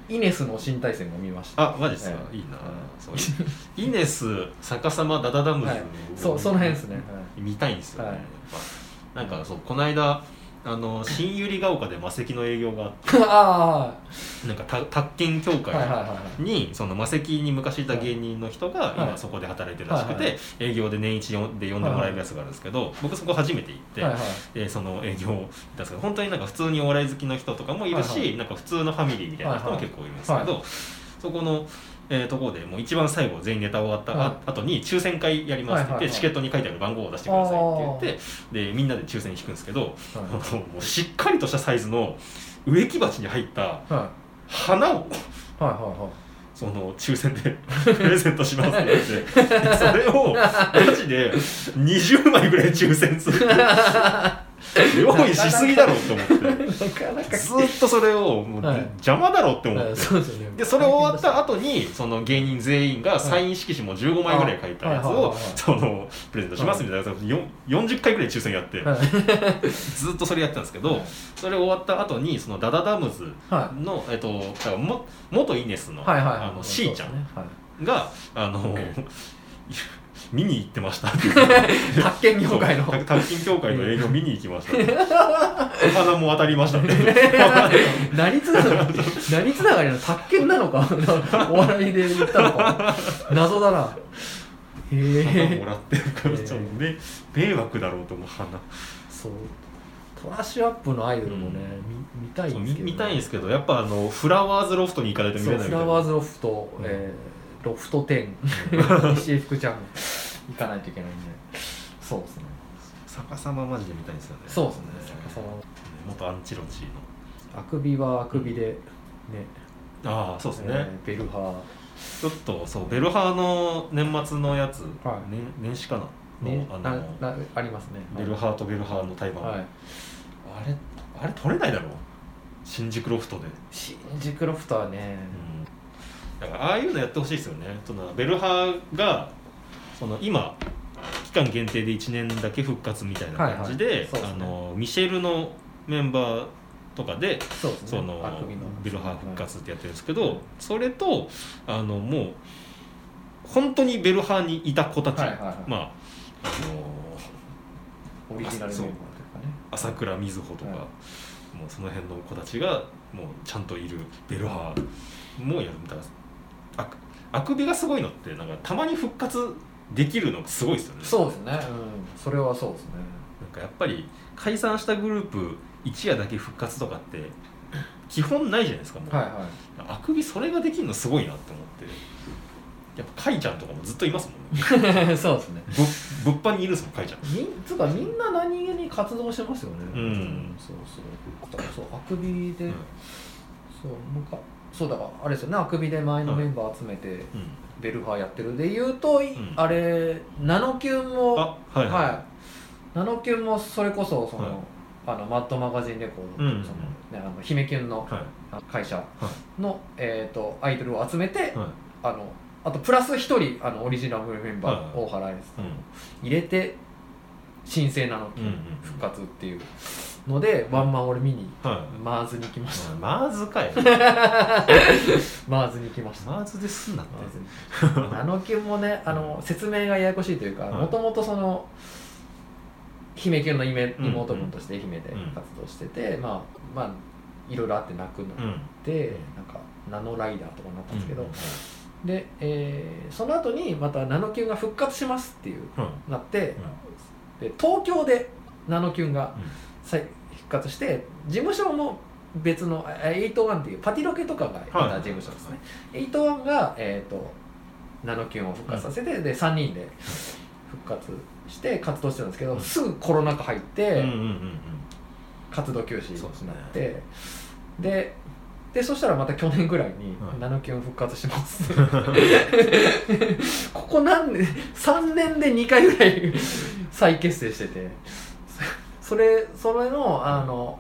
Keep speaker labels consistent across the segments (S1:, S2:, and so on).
S1: イネスの新対戦も見ました。
S2: あ、マジですか、いいな、そうイネス逆さまダダダムズ、
S1: その辺ですね、
S2: 見たいんですよね、なんかそうこの間新百合ヶ丘で魔石の営業があってなんか宅建協会にその魔石に昔いた芸人の人が今そこで働いてるらしくて、営業で年一で呼んでもらえるやつがあるんですけど、僕そこ初めて行ってでその営業行ったんですけど、本当になんか普通にお笑い好きの人とかもいるし、なんか普通のファミリーみたいな人も結構いるんですけど、そこのところでもう一番最後全員ネタ終わった後に抽選会やりますって言って、チケットに書いてある番号を出してくださいって言ってでみんなで抽選引くんですけど、もうしっかりとしたサイズの植木鉢に入った花をその抽選でプレゼントしますって言ってそれをマジで20枚ぐらい抽選する用意しすぎだろうと思ってずっとそれをもう邪魔だろうって思って、でそれ終わった後にその芸人全員がサイン色紙も15枚ぐらい書いたやつをそのプレゼントしますみたいな40回ぐらい抽選やってずっとそれやってたんですけど、それ終わった後にそのダダダムズの元イネスのしーちゃんが見に行ってました
S1: 宅建協会の
S2: 営業見に行きましたお花も渡りましたね
S1: 何つながりの宅建なのかお笑いで言ったのか謎だな。
S2: 花もらってるからちょっと迷惑だろうと思う花。
S1: そうトラッシュアップのアイドルもね、見たいんですけど、
S2: 見たいんですけどやっぱフラワーズロフトに行かないと見れないみたいな。
S1: フラワーズロフト、ロフト10石井福ちゃん行かないといけないんで、そうですね。
S2: 逆さまマジで見たいんですよね。
S1: そうですね。逆さま
S2: 元アンチロジーの
S1: あくびはあくびでね、
S2: ああそうですね、
S1: ベルハ
S2: ちょっとそうベルハの年末のやつ、年始かな
S1: ありますね。
S2: ベルハとベルハの対バン、あれ取れないだろう新宿ロフトで。
S1: 新宿ロフトはね、
S2: だからああいうのやってほしいですよね。そのベルハがその今期間限定で1年だけ復活みたいな感じで、ミシェルのメンバーとかでそのベルハ復活ってやってるんですけど、それともう本当にベルハにいた子たち、まあ
S1: オリジナルメンバーとかね、
S2: 朝倉瑞穂とか、もうその辺の子たちがもうちゃんといるベルハもやるみたいな。あくびがすごいのってなんかたまに復活できるのがすごいですよね。
S1: そうですね、それはそうですね。
S2: なんかやっぱり解散したグループ一夜だけ復活とかって基本ないじゃないですか。もう、あくびそれができるのすごいなって思って、やっぱカイちゃんとかもずっといますもんね
S1: そうですね、
S2: 物販にいるんですもんカイちゃん。
S1: つかみんな何気に活動してますよね。そうあくびで、そうだからあれですよね、あくびで前のメンバー集めてベルハやってるで言うと、あれナノキュンもナノキュンもそれこそそのマッドマガジンレコードの姫キュンの会社のアイドルを集めて、あとプラス1人オリジナルメンバー大原愛さんを入れて新生ナノキュン復活っていうのでワンマン俺見にマーズに行きました。
S2: マーズかい
S1: マーズに行きました。
S2: マーズですんなって
S1: ナノキュンもね説明がややこしいというか、もともとその姫キュンの妹分として愛媛で活動してて、まあいろいろあって泣くので、なんかナノライダーとかになったんですけど、で、その後にまたナノキュンが復活しますっていうなって、で東京でナノキュンが復活して、事務所も別の81っていうパティロケとかがいた事務所ですね。81が、ナノキュンを復活させて、で3人で復活して活動してるんですけど、すぐコロナ禍入って活動休止になって、でそしたらまた去年ぐらいにナノキュン復活しますここ3年で2回ぐらい再結成してて、それの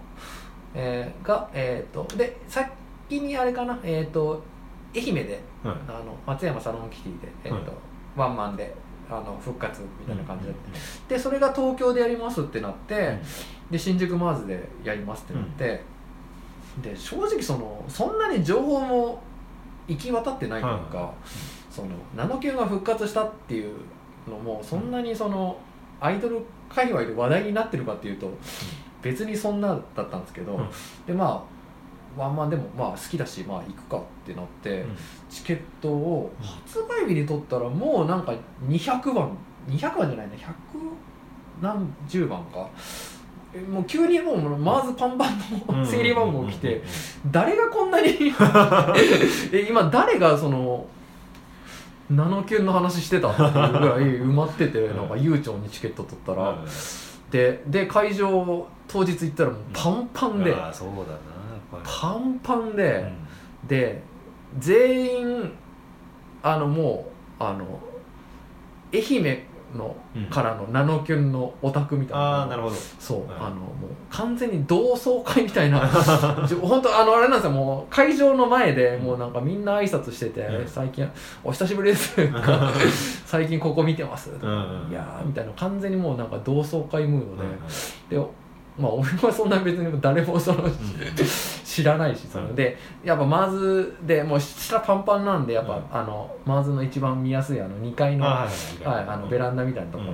S1: で先にあれかな、愛媛で、松山サロンキティで、ワンマンで復活みたいな感じで、でそれが東京でやりますってなって、で新宿マーズでやりますってなって、 で正直そんなに情報も行き渡ってないというか、そのナノキュンが復活したっていうのもそんなにアイドル界隈で話題になってるかっていうと別にそんなだったんですけど、でまあでもまあ好きだしまあ行くかってなって、チケットを発売日に取ったらもうなんか200番じゃないな、100何十番か、もう急にもうマーズパンパンの整理番号来て、誰がこんなに今誰がナノキュンの話してたっていうぐらい埋まってて、なんか悠長にチケット取ったら、で会場当日行ったらもうパンパンで、
S2: そうだな、
S1: パンパンで、で全員もう愛媛のからのナノキュンのオタクみたいな、
S2: なるほど、
S1: そう、もう完全に同窓会みたいな本当あれなんですよ、もう会場の前でもうなんかみんな挨拶してて、最近お久しぶりです最近ここ見てますとか、いやーみたいな、完全にもうなんか同窓会ムードで、でまあ俺はそんな別に誰も知らないし、でやっぱマーズでもう下パンパンなんで、やっぱマーズの一番見やすい2階のベランダみたいなところに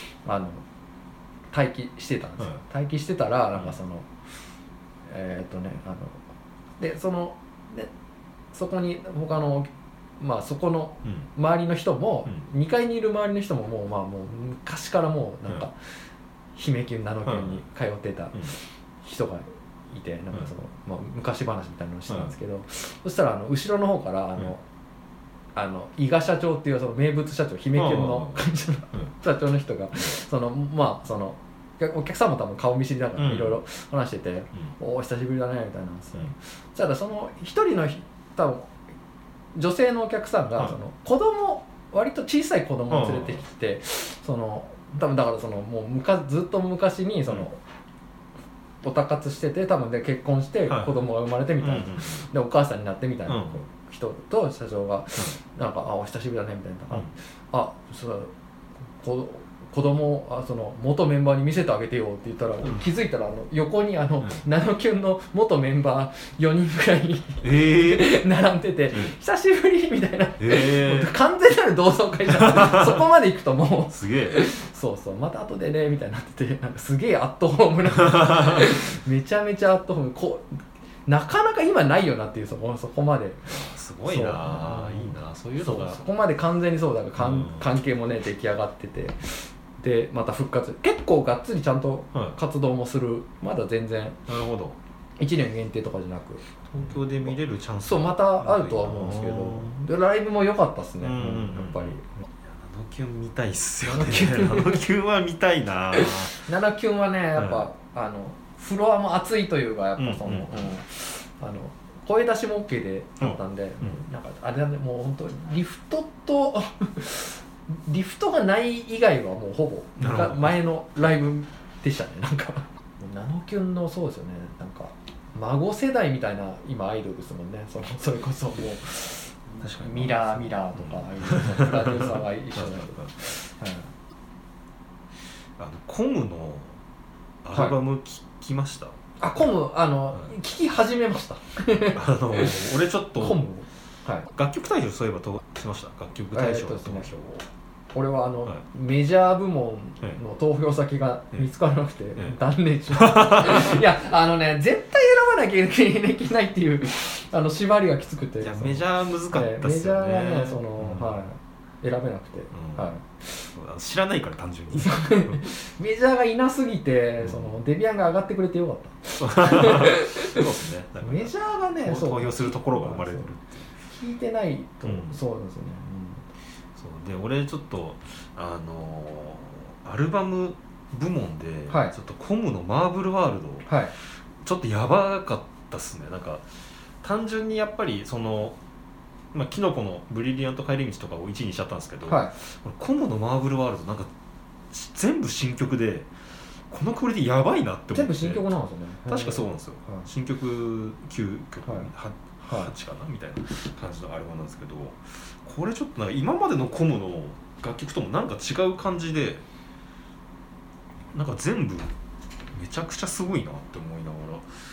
S1: 待機してたんですよ。待機してたらなんかでそこに他のまあそこの周りの人も、2階にいる周りの人ももう昔からもうなんか姫キュンナノキュンに通ってた人がいて、なんか昔話みたいなのをしてたんですけど、そしたら後ろの方から伊賀社長っていう名物社長、姫キュンの会社の社長の人がお客さんも多分顔見知りだからいろいろ話してて、お久しぶりだねみたいなんですよ。そしたら一人の多分女性のお客さんが子供、割と小さい子供を連れてきて、多分だからもうずっと昔におたかつしてて、多分で結婚して子供が生まれてみたいな、でお母さんになってみたいな人と社長がなんかお久しぶりだねみたいな、子供元メンバーに見せてあげてよって言ったら、気づいたら横にナノキュンの元メンバー4人くらい並んでて、久しぶりみたいな、完全なる同窓会じゃんそこまで行くともう
S2: すげえ
S1: そうまた後でねみたいになってて、なんかすげえアットホームなめちゃめちゃアットホーム、なかなか今ないよなっていう、そこまです
S2: ごいな、いいな、そういうのが
S1: そこまで完全にだから関係もね出来上がってて、でまた復活、結構がっつりちゃんと活動もする、まだ全然
S2: なるほど
S1: 1年限定とかじゃなく
S2: 東京で見れるチャンス
S1: またあるとは思うんですけど、でライブも良かったっすね、やっぱり。
S2: ナノキュン見たいっすよね。ナノキュンは見たいな。
S1: ナノキュンはね、やっぱフロアも熱いというか、やっぱ声出しも OK であったんで、なんかあれだね、もう本当にリフトがない以外はもうほぼ前のライブでしたね。なんかナノキュンのそうですよね、なんか孫世代みたいな今アイドルですもんね。それこそもう確かにミラーとか、プロデューサーが一緒だけど、
S2: コムのアルバム聴きました？
S1: コム聴き始めました
S2: 俺ちょっと
S1: コム、
S2: 楽曲大賞そういえばしました。楽曲大賞の投票を
S1: 俺はメジャー部門の投票先が見つからなくて断念しましたいや絶対選ばなきゃいけないっていう縛りがきつくて、
S2: いやメジャー難かったっすよね。
S1: メジャーはね選べなくて、
S2: 知らないから単純に
S1: メジャーがいなすぎてデビアンが上がってくれてよかった
S2: そうですね。
S1: メジャーがね
S2: 投票するところが生まれる
S1: 聞いてないと、そうですね。
S2: で俺ちょっとアルバム部門でちょっとコムのマーブルワールド、ちょっとやばかったっすね。なんか単純にやっぱりキノコのブリリアント帰り道とかを1位にしちゃったんですけど、コムのマーブルワールドなんか全部新曲で、このクオリティやばいなって思って。
S1: 全部新曲なんですよね。
S2: 確かそうなんですよ、新曲9曲、8かなみたいな感じのアルバムなんですけど、これちょっとなんか今までのコムの楽曲ともなんか違う感じで、なんか全部めちゃくちゃすごいなって思いながら、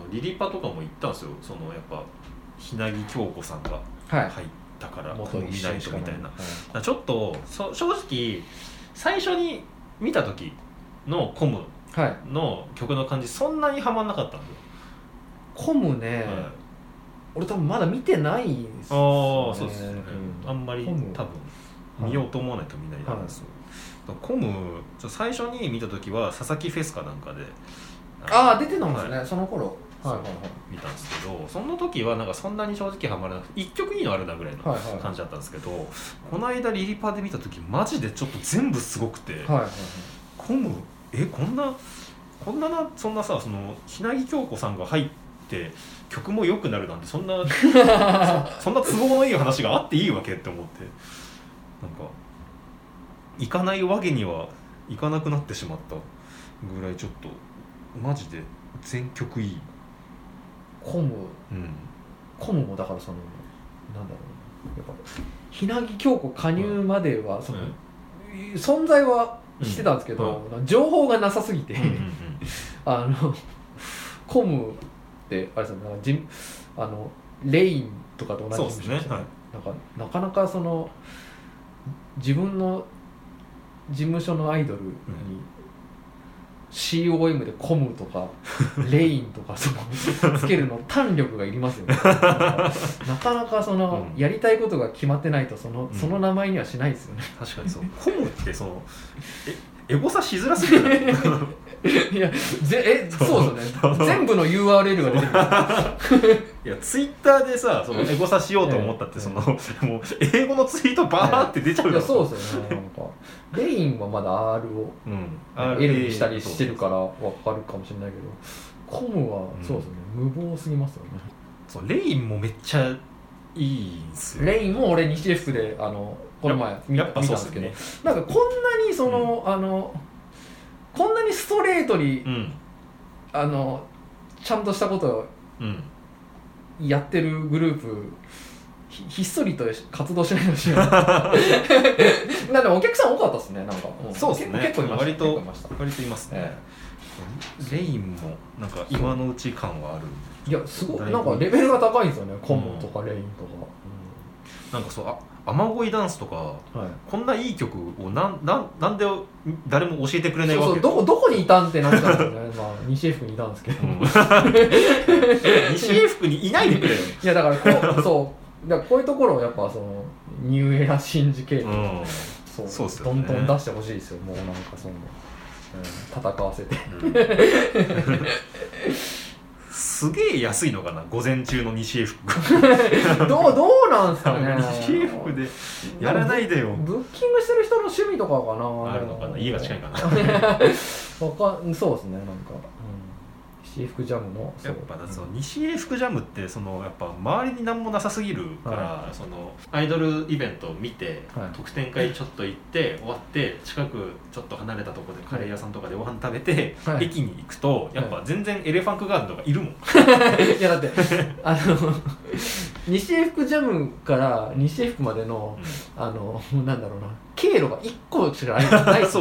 S2: リリパとかも行ったんですよ。そのやっぱひなぎ京子さんが入ったから、コム見ないとみたいな、はい、ちょっと正直最初に見た時のコムの曲の感じそんなにハマんなかったんですよ。
S1: コムね、はい、俺多分まだ見てないですね。
S2: ああそうですね、あんまり多分見ようと思わないと見ないんですよ、はい、コム最初に見た時は佐々木フェスかなんかで
S1: 出てたんですね、はい、その頃
S2: 見たんですけど、その時はなんかそんなに正直ハマらなくて1曲いいのあるなぐらいの感じだったんですけど、はいはい、この間リリパで見た時マジでちょっと全部すごくて、はいはいはい、コムこんなそんなさ、そのひなぎ京子さんが入って曲も良くなるなんてそんなそんな都合のいい話があっていいわけって思って、なんか行かないわけにはいかなくなってしまったぐらいちょっとマジで全曲いい。
S1: コムもだからそのなんだろう、やっぱひなぎ京子加入まではその、存在はしてたんですけど、情報がなさすぎてコムってあれですね、レインとかと同じ事務所ですね、はい、なかなかその自分の事務所のアイドルに、COM でコムとかレインとかそのつけるの胆力がいりますよね。なかなかその、やりたいことが決まってないとその名前にはしないですよね。
S2: 確かにそう。コムってそのエゴサしづらすぎる。
S1: いやそうですよね。全部の URL が出てくる。
S2: いやツイッターでさ、そのエゴサしようと思ったってその、もう英語のツイートバーって出ちゃうから。
S1: いやそうですよね。なんかレインはまだ R を、L にしたりしてるから分かるかもしれないけど、コムはそうですね、無謀すぎますよね。
S2: そうレインもめっちゃいいんですよ。
S1: レインも俺西 F でこの前見たんですけど、なんかこんなにその、こんなにストレートに、ちゃんとしたことをやってるグループ、ひっそりと活動しないのしなんでお客さん多かったですね。なんか
S2: そうですね、
S1: 結構いました。
S2: 割といますね、レインもなんか今のうち感はある。
S1: いやすごいなんかレベルが高いんですよね、コムとかレインとか、
S2: なんかそう雨乞いダンスとか、こんないい曲をなんで誰も教えてくれないわけ。
S1: どこにいたんってなったんですよね。まあ西江福にいたんですけど、
S2: 西江福にいないでくれよ。
S1: いやだからこういうところをやっぱそのニューエラシンジ系とか、そうですよね、どんどん出してほしいですよ。もうなんかその、戦わせて、
S2: すげえ安いのかな、午前中の西江福。
S1: どうなんすかね。
S2: 西江福でやらないでよ。
S1: ブッキングしてる人の趣味とかかな。
S2: あるのかな、家が近いかな。
S1: そうですね、なんか、西江福ジャムの
S2: やっぱその西江福ジャムってそのやっぱ周りに何もなさすぎるから、そのアイドルイベントを見て、特典会ちょっと行って終わって近くちょっと離れたところでカレー屋さんとかでご飯食べて、駅に行くとやっぱ全然エレファンクガーデンとかいるもん。
S1: いやだって西江福ジャムから西江福までの、なんだろうな、経路が1個しかない。そう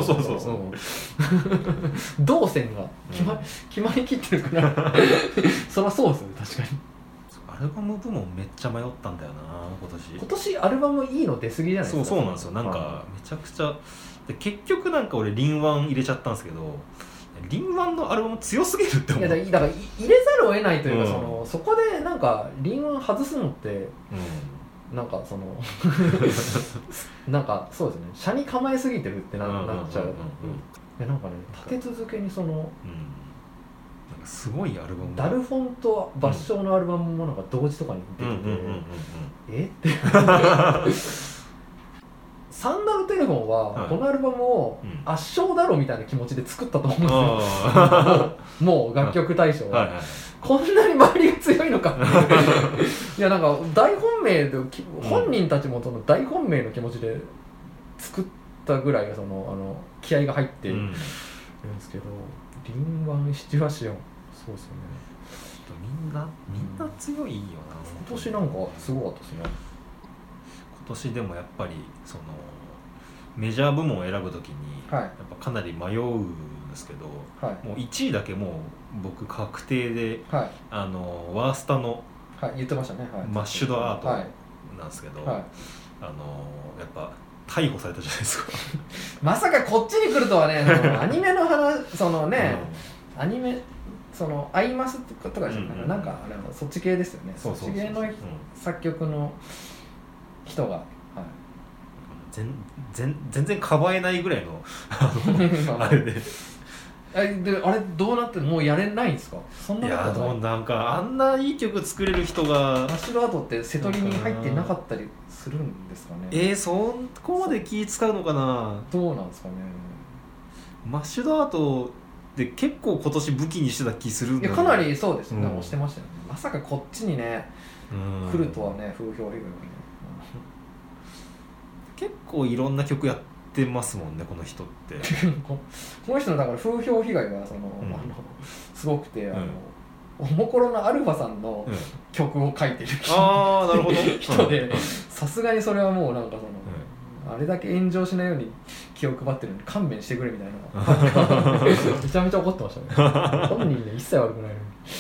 S1: 動線が決まりきってるからそりゃそうですよね、確かに。
S2: アルバム部門めっちゃ迷ったんだよな、
S1: 今年アルバムいいの出過ぎじゃないですか。
S2: そうなんですよ。なんかめちゃくちゃで、結局なんか俺リンワン入れちゃったんですけど、リンワンのアルバム強すぎるって思う。
S1: いやだから入れざるを得ないというか、そこでなんかリンワン外すのって、なんかそのなんかそうですね、車に構えすぎてるってなっちゃう。なんかね、立て続けにその、なんか
S2: すごいアルバム、
S1: ダルフォンと抜笑のアルバムもなんか同時とかに出てて、ってサンダルテレフォンはこのアルバムを圧勝だろみたいな気持ちで作ったと思うんですよ。もう楽曲大賞はこんなに周りが強いのかっていやなんか大本命で本人たちもその大本命の気持ちで作ったぐらいその気合が入ってるんですけど、リンワンシチュアシオン、そうですよね。
S2: みんな強いよな。
S1: 今年なんかすごかったですね。
S2: 今年でもやっぱりそのメジャー部門を選ぶときに、
S1: はい、
S2: やっぱかなり迷うんですけど、
S1: はい、
S2: もう1位だけもう僕確定で、
S1: はい、
S2: ワースタの、
S1: はい、言ってましたね、はい、
S2: マッシュドアートなんですけど、
S1: はい、
S2: やっぱ逮捕されたじゃないですか
S1: まさかこっちに来るとはね、アニメの話、そのね、アニメそのアイマスとかじゃない、なんかあれはそっち系ですよね。そっち系の作曲の人が、はい、
S2: 全然かばえないぐらいのあれで
S1: あれどうなってもうやれないんですか？そんなことない。
S2: いや、もうなんかあんないい曲作れる人が
S1: マッシュドアートって瀬戸りに入ってなかったりするんですかね。
S2: そこまで気使うのかな。
S1: どうなんですかね。
S2: マッシュドアートで結構今年武器にしてた気するんだよね。
S1: いやかなりそうですね、押してましたよね。まさかこっちにね、来るとはね、風評被害がね、
S2: 結構いろんな曲やってますもんね、この人って
S1: この人のだから風評被害がすごくて、おもころのアルファさんの曲を書いてる
S2: なるほど
S1: 人で、さすがにそれはもうなんかあれだけ炎上しないように気を配ってるのに勘弁してくれみたいなめちゃめちゃ怒ってましたね本人ね一切悪くないのに。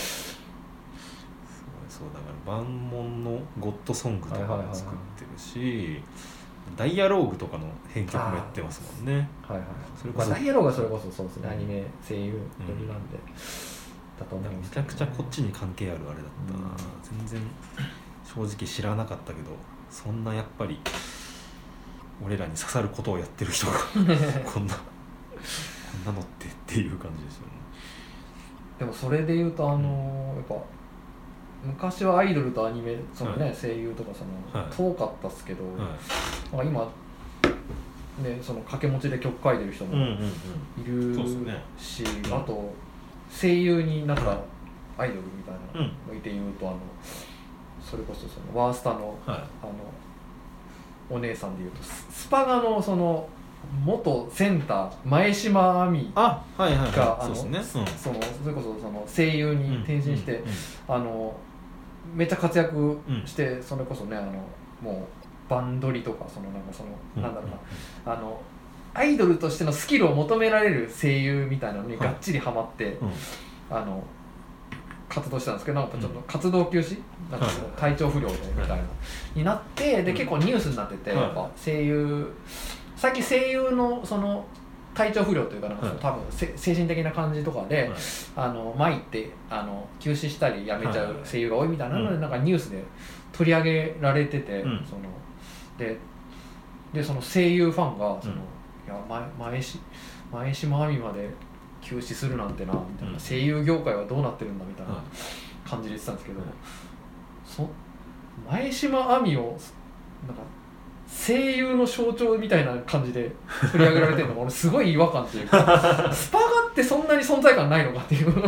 S2: そうだから万門のゴッドソングとかも作ってるし、ダイアローグとかの編曲もやってますもんね。
S1: はいはい、それこそダイアローグはそれこそそうですね、アニメ声優寄りなんで、だと思います。
S2: めちゃくちゃこっちに関係あるあれだったな、全然正直知らなかったけど、そんなやっぱり俺らに刺さることをやってる人がこんなのっていう感じですよね。
S1: でもそれで言うとやっぱ昔はアイドルとアニメそのね、声優とか遠かったっすけど、なんか今ねその掛け持ちで曲書いてる人もいるし、あと声優になったアイドルみたいなのいて言うとそれこそそのワースタのお姉さんでいうとスパガのその元センター前島亜美がそれこそその声優に転身してめっちゃ活躍してそれこそねもうバンドリとかなんだろうなアイドルとしてのスキルを求められる声優みたいなのにがっちりハマって活動してたんですけど、なんかちょっと活動休止なんか体調不良でみたいなになってで結構ニュースになってて、やっぱ声優最近声優のその体調不良というかなんか多分精神的な感じとかで参って休止したり辞めちゃう声優が多いみたいなのでなんかニュースで取り上げられてて、でその声優ファンがいや前島亜美まで休止するなんてなみたいな、声優業界はどうなってるんだみたいな感じで言ってたんですけど、前島亜美をなんか声優の象徴みたいな感じで取り上げられてるのが俺すごい違和感というかスパガってそんなに存在感ないのかっていう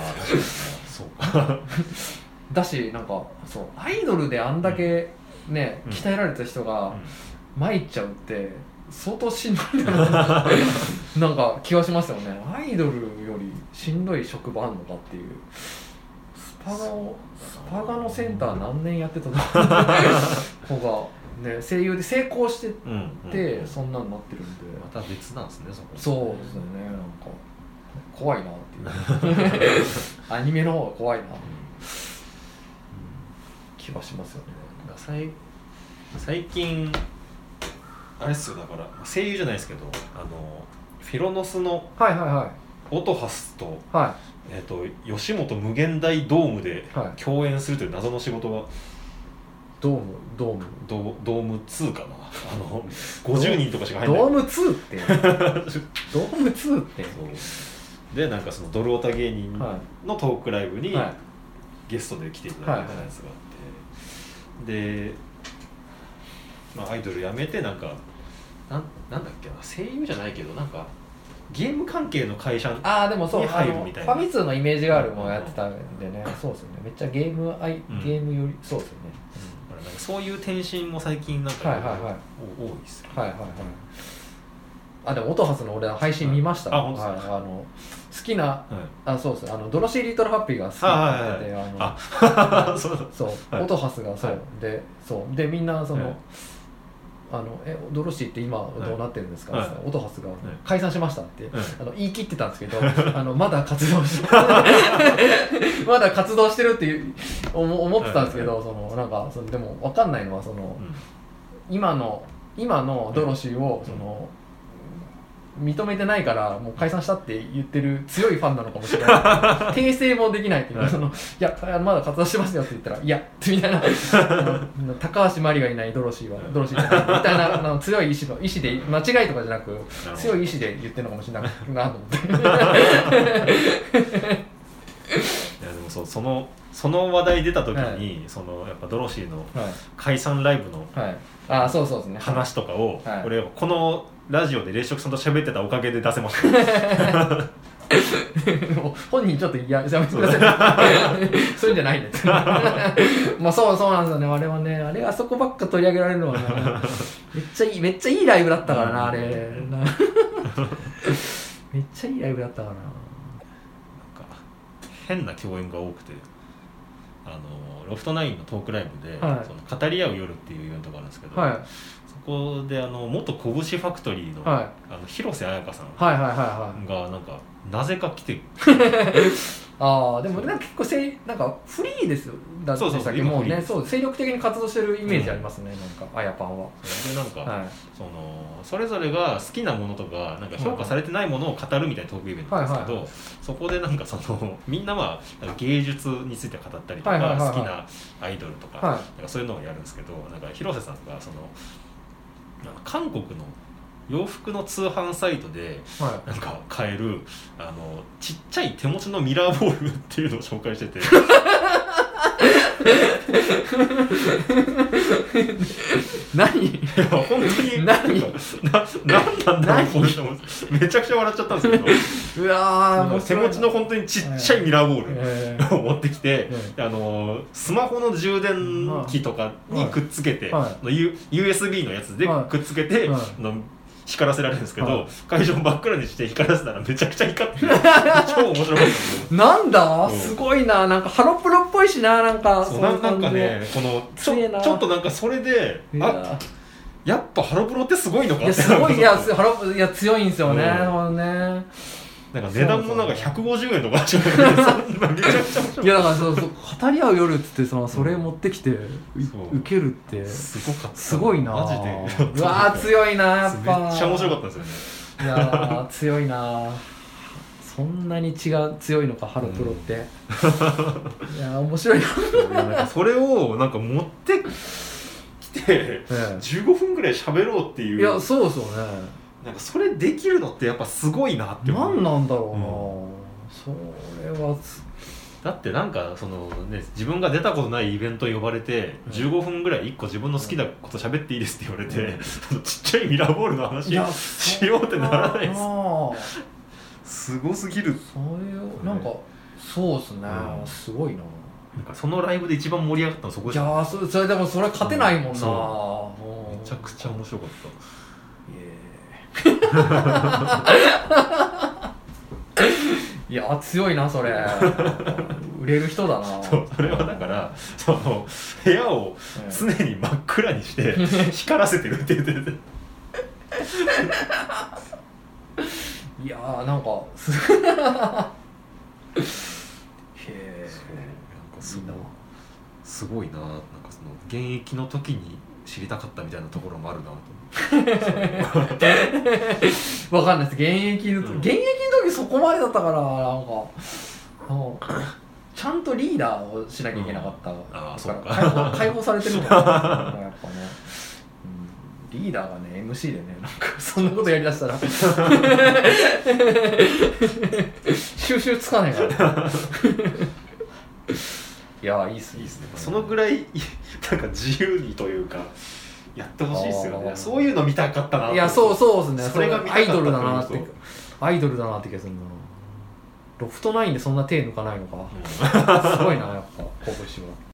S1: だしなんかそうアイドルであんだけね鍛えられた人が参っちゃうって相当しんどいんだななんか気はしますよね。アイドルよりしんどい職場あんのかっていう。スパガのセンター何年やってたの子が、ね、声優で成功してて、そんなになってるんで
S2: また別なんですね。
S1: そうですよね。なんか怖いなっていうアニメの方が怖いなっていう気はしますよね。
S2: 最近あれっすよ、だから声優じゃないですけどフィロノスのオトハスと、吉本無限大ドームで共演するという謎の仕事が、
S1: ドーム
S2: 2かな50人とかしか入んない。
S1: ドーム2ってドーム2って
S2: でなんかそのドルオタ芸人のトークライブにゲストで来ていただいたやつがあって、でアイドル辞めてなんだっけな、声優じゃないけどなんかゲーム関係の会社に入るみたいな。
S1: ファミ通のイメージガールもやってたんでね、そうですよね。めっちゃゲームよりそうですよね。
S2: そういう転身も最近なんか多いですよね。
S1: でもオトハスの俺は配信見ました。好きなそうです。ドロシー・リトル・ハッピーが好きで、そうオトハスがそうでみんなそのドロシーって今どうなってるんですか、
S2: はい、
S1: オトハスが解散しましたって、言い切ってたんですけどまだ活動してまだ活動してるって思ってたんですけど、なんかでも分かんないのは今のドロシーを認めてないからもう解散したって言ってる強いファンなのかもしれない訂正もできないっていういやまだ活動してますよって言ったらいやみたいな高橋真理がいないドロシーじゃないみたいな強い意志で間違いとかじゃなく強い意志で言ってるのかもしれないなと思ってい
S2: やでもその話題出た時に、やっぱドロシーの解散ライブの話とかを、俺このラジオで霊食さんと喋ってたおかげで出せました
S1: 本人ちょっとやめてくださいそういうんじゃないんですまあそうなんですよね。あれはねあそこばっか取り上げられるのはねめっちゃいいライブだったからなあれめっちゃいいライブだったからな。なん
S2: か変な共演が多くてロフトナインのトークライブで、語り合う夜っていうイベントがあるんですけど、そこで元拳ファクトリーの、広瀬彩香さんがなんかなぜか来て
S1: でもなんか結構なんかフリーですだったっけもうね精力的に活動してるイメージありますね、なんかあやパンは。
S2: でなんか、それぞれが好きなものとかなんか評価されてないものを語るみたいなトークイベントなんですけど、そこでなんかみんなは芸術について語ったりとか、好きなアイドルとか、なんかそういうのをやるんですけど、なんか広瀬さんが韓国の洋服の通販サイトでなんか買えるちっちゃい手持ちのミラーボールっていうのを紹介してて
S1: 何？
S2: いや本当に
S1: 何
S2: なんだろうこれと思ってめちゃくちゃ笑っちゃったんですけど
S1: うわ
S2: ー手持ちの本当にちっちゃいミラーボールを持ってきて、スマホの充電器とかにくっつけて、USB のやつでくっつけて、光らせられるんですけど、会場真っ暗にして光らせたらめちゃくちゃ光って超面白かった
S1: なんだ、すごいな。なんかハロプロっぽいしな。なんか
S2: なんかねちょっとなんかそれでやっぱハロプロってすごいのかって。
S1: すごい。いや強いんですよね。
S2: なんか値段もなんか150円とかめちゃくちゃ面白い。
S1: いやだから語り合う夜っつってそれ持ってきて受けるって
S2: すごかった。
S1: すごいな
S2: マジで。
S1: うわ強いなやっぱ。
S2: めっちゃ面白かったですよね。
S1: いや強いな。そんなに強いのかハロプロって。いや面白い
S2: な。それをなんか持ってきて15分ぐらい喋ろうっていう。
S1: いやそうですよね。
S2: なんかそれできるのってやっぱすごいなって思う。
S1: 何なんだろうな、それは。
S2: だってなんか自分が出たことないイベント呼ばれて15分ぐらい1個自分の好きなこと喋っていいですって言われて、ちっちゃいミラーボールの話しようってならないです。すごすぎる。
S1: そういうなんかそうですね、すごいな。
S2: なんかそのライブで一番盛り上がったのそこじゃん。
S1: いやそれでもそれ勝てないもんな、
S2: めちゃくちゃ面白かった。
S1: いや強いなそれ売れる人だな。
S2: それはだから部屋を常に真っ暗にして光らせてるって言ってて
S1: いやなんかへえ
S2: すごいな。なんか現役の時に知りたかったみたいなところもあるなと
S1: わかんないです。現役の時そこまでだったからなんかちゃんとリーダーをしなきゃいけなかったから解放されてるのかなやっぱね、リーダーがね MC でねなんかそんなことやりだしたら収集つかないからいやいいっすね。
S2: そのぐらいなんか自由にというかやってほしいですよね。そういうの見たかったな。
S1: いやそうですね。
S2: それが見たかった。
S1: アイドルだなって気がするな。ロフトナインでそんな手抜かないのか、すごいなやっぱ拳は。